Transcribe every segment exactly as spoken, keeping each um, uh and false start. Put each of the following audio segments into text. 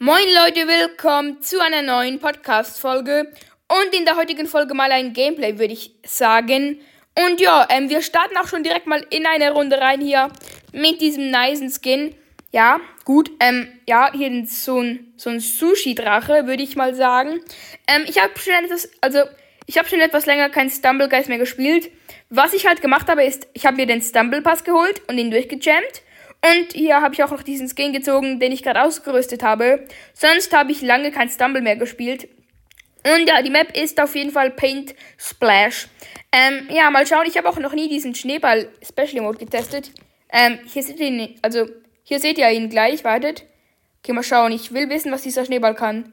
Moin Leute, willkommen zu einer neuen Podcast-Folge und in der heutigen Folge mal ein Gameplay, würde ich sagen. Und ja, ähm, wir starten auch schon direkt mal in eine Runde rein hier mit diesem nicen Skin. Ja, gut, ähm, ja, hier so ein, so ein Sushi-Drache, würde ich mal sagen. Ähm, ich habe schon etwas, also, ich habe schon etwas länger kein Stumblegeist mehr gespielt. Was ich halt gemacht habe, ist, ich habe mir den Stumble Pass geholt und ihn durchgejammt. Und hier habe ich auch noch diesen Skin gezogen, den ich gerade ausgerüstet habe. Sonst habe ich lange kein Stumble mehr gespielt. Und ja, die Map ist auf jeden Fall Paint Splash. Ähm, ja, mal schauen. Ich habe auch noch nie diesen Schneeball Special Mode getestet. Ähm, hier seht ihr ihn, also, hier seht ihr ihn gleich. Wartet. Okay, mal schauen. Ich will wissen, was dieser Schneeball kann.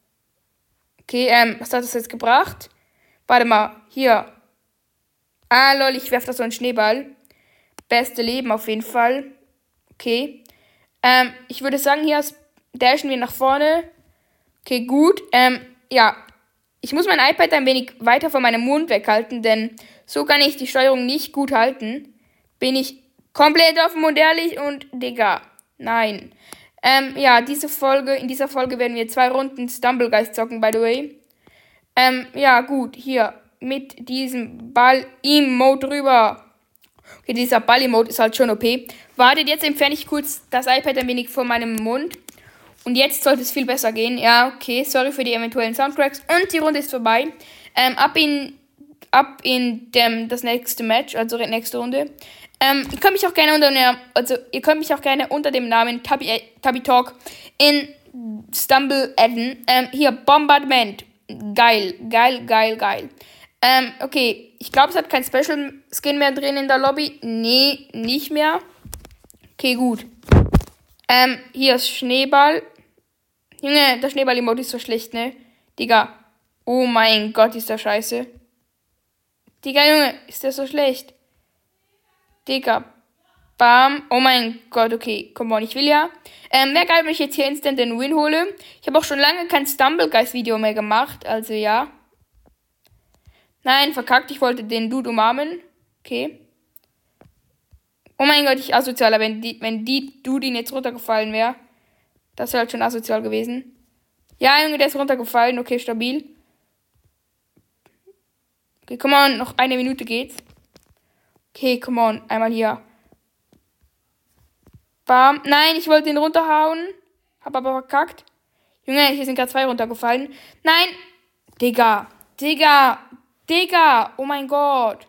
Okay, ähm, was hat das jetzt gebracht? Warte mal, hier. Ah, lol, ich werfe da so einen Schneeball. Beste Leben auf jeden Fall. Okay. Ähm, ich würde sagen, hier dashen wir nach vorne. Okay, gut. Ähm, ja. Ich muss mein iPad ein wenig weiter von meinem Mund weghalten, denn so kann ich die Steuerung nicht gut halten. Bin ich komplett offen und ehrlich und Digga. Nein. Ähm, ja, diese Folge, in dieser Folge werden wir zwei Runden Stumblegeist zocken, by the way. Ähm, ja, gut. Hier. Mit diesem Ball-Emote drüber. Okay, dieser Ball-Emote ist halt schon O P. Wartet, jetzt entferne ich kurz das iPad ein wenig von meinem Mund. Und jetzt sollte es viel besser gehen. Ja, okay, sorry für die eventuellen Soundtracks. Und die Runde ist vorbei. Ähm, ab in, ab in dem, das nächste Match, also die nächste Runde. Ähm, ihr könnt mich auch gerne unter, der, also ihr könnt mich auch gerne unter dem Namen Tabby, äh, Tabby Talk in Stumble adden. Ähm, hier, Bombardment. Geil, geil, geil, geil. Ähm, okay, ich glaube, es hat kein Special Skin mehr drin in der Lobby. Nee, nicht mehr. Okay, gut. Ähm, hier ist Schneeball. Junge, der Schneeball-Emote ist so schlecht, ne? Digga. Oh mein Gott, ist der scheiße. Digga, Junge, ist der so schlecht. Digga. Bam. Oh mein Gott, okay. Come on, ich will ja. Ähm, wäre geil, wenn ich jetzt hier instant den Win hole. Ich habe auch schon lange kein Stumblegeist-Video mehr gemacht. Also, ja. Nein, verkackt. Ich wollte den Dude umarmen. Okay. Oh mein Gott, ich asozialer, wenn die, wenn die Dude ihn jetzt runtergefallen wäre. Das wäre halt schon asozial gewesen. Ja, Junge, der ist runtergefallen. Okay, stabil. Okay, come on. Noch eine Minute geht's. Okay, come on. Einmal hier. Bam. Nein, ich wollte ihn runterhauen. Hab aber verkackt. Junge, hier sind gerade zwei runtergefallen. Nein. Digga. Digga. Digga. Oh mein Gott.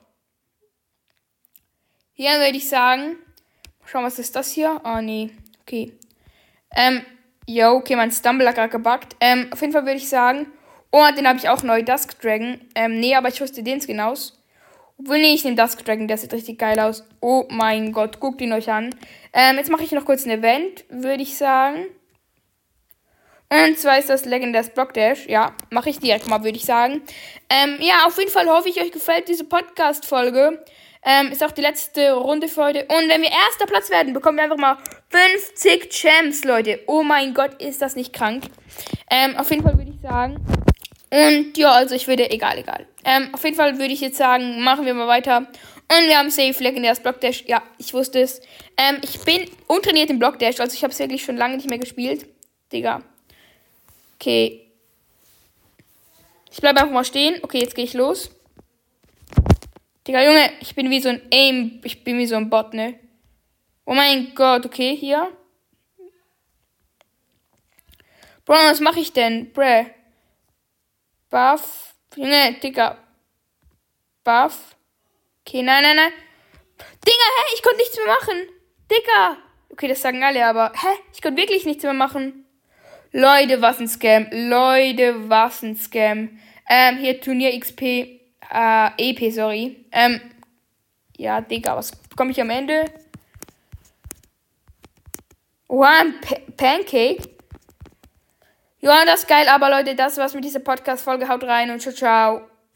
Hier würde ich sagen. Schauen, was ist das hier? Ah, oh, nee. Okay. Ähm, yo, okay, mein Stumble hat gerade gebuggt. Ähm, auf jeden Fall würde ich sagen. Oh, den habe ich auch neu. Dusk Dragon. Ähm, nee, aber ich wusste den Skin aus. Obwohl, nee, ich nehme Dusk Dragon. Der sieht richtig geil aus. Oh mein Gott, guckt ihn euch an. Ähm, jetzt mache ich noch kurz ein Event, würde ich sagen. Und zwar ist das Legendäres Block Dash. Ja, mache ich direkt mal, würde ich sagen. Ähm, ja, auf jeden Fall hoffe ich, euch gefällt diese Podcast-Folge. Ähm, ist auch die letzte Runde für heute. Und wenn wir erster Platz werden, bekommen wir einfach mal fünfzig Champs, Leute. Oh mein Gott, ist das nicht krank. Ähm, auf jeden Fall würde ich sagen. Und ja, also ich würde, egal, egal. Ähm, auf jeden Fall würde ich jetzt sagen, machen wir mal weiter. Und wir haben Safe Legendäres Block Dash. Ja, ich wusste es. Ähm, ich bin untrainiert im Block Dash. Also ich habe es wirklich schon lange nicht mehr gespielt. Digga. Okay. Ich bleibe einfach mal stehen. Okay, jetzt gehe ich los. Digga, Junge, ich bin wie so ein Aim, ich bin wie so ein Bot, ne? Oh mein Gott, okay, hier. Bro, was mache ich denn? Bruh. Buff. Junge, Digga. Buff. Okay, nein, nein, nein. Digga, hä? Ich konnte nichts mehr machen. Digga. Okay, das sagen alle, aber hä? Ich konnte wirklich nichts mehr machen. Leute, was ein Scam. Leute, was ein Scam. Ähm, hier Turnier X P. Äh, E P, sorry. Ähm, ja, Digga, was bekomme ich am Ende? Oha, ein pa- Pancake. Ja, das ist geil, aber Leute, das war's mit dieser Podcast-Folge. Haut rein und ciao, ciao.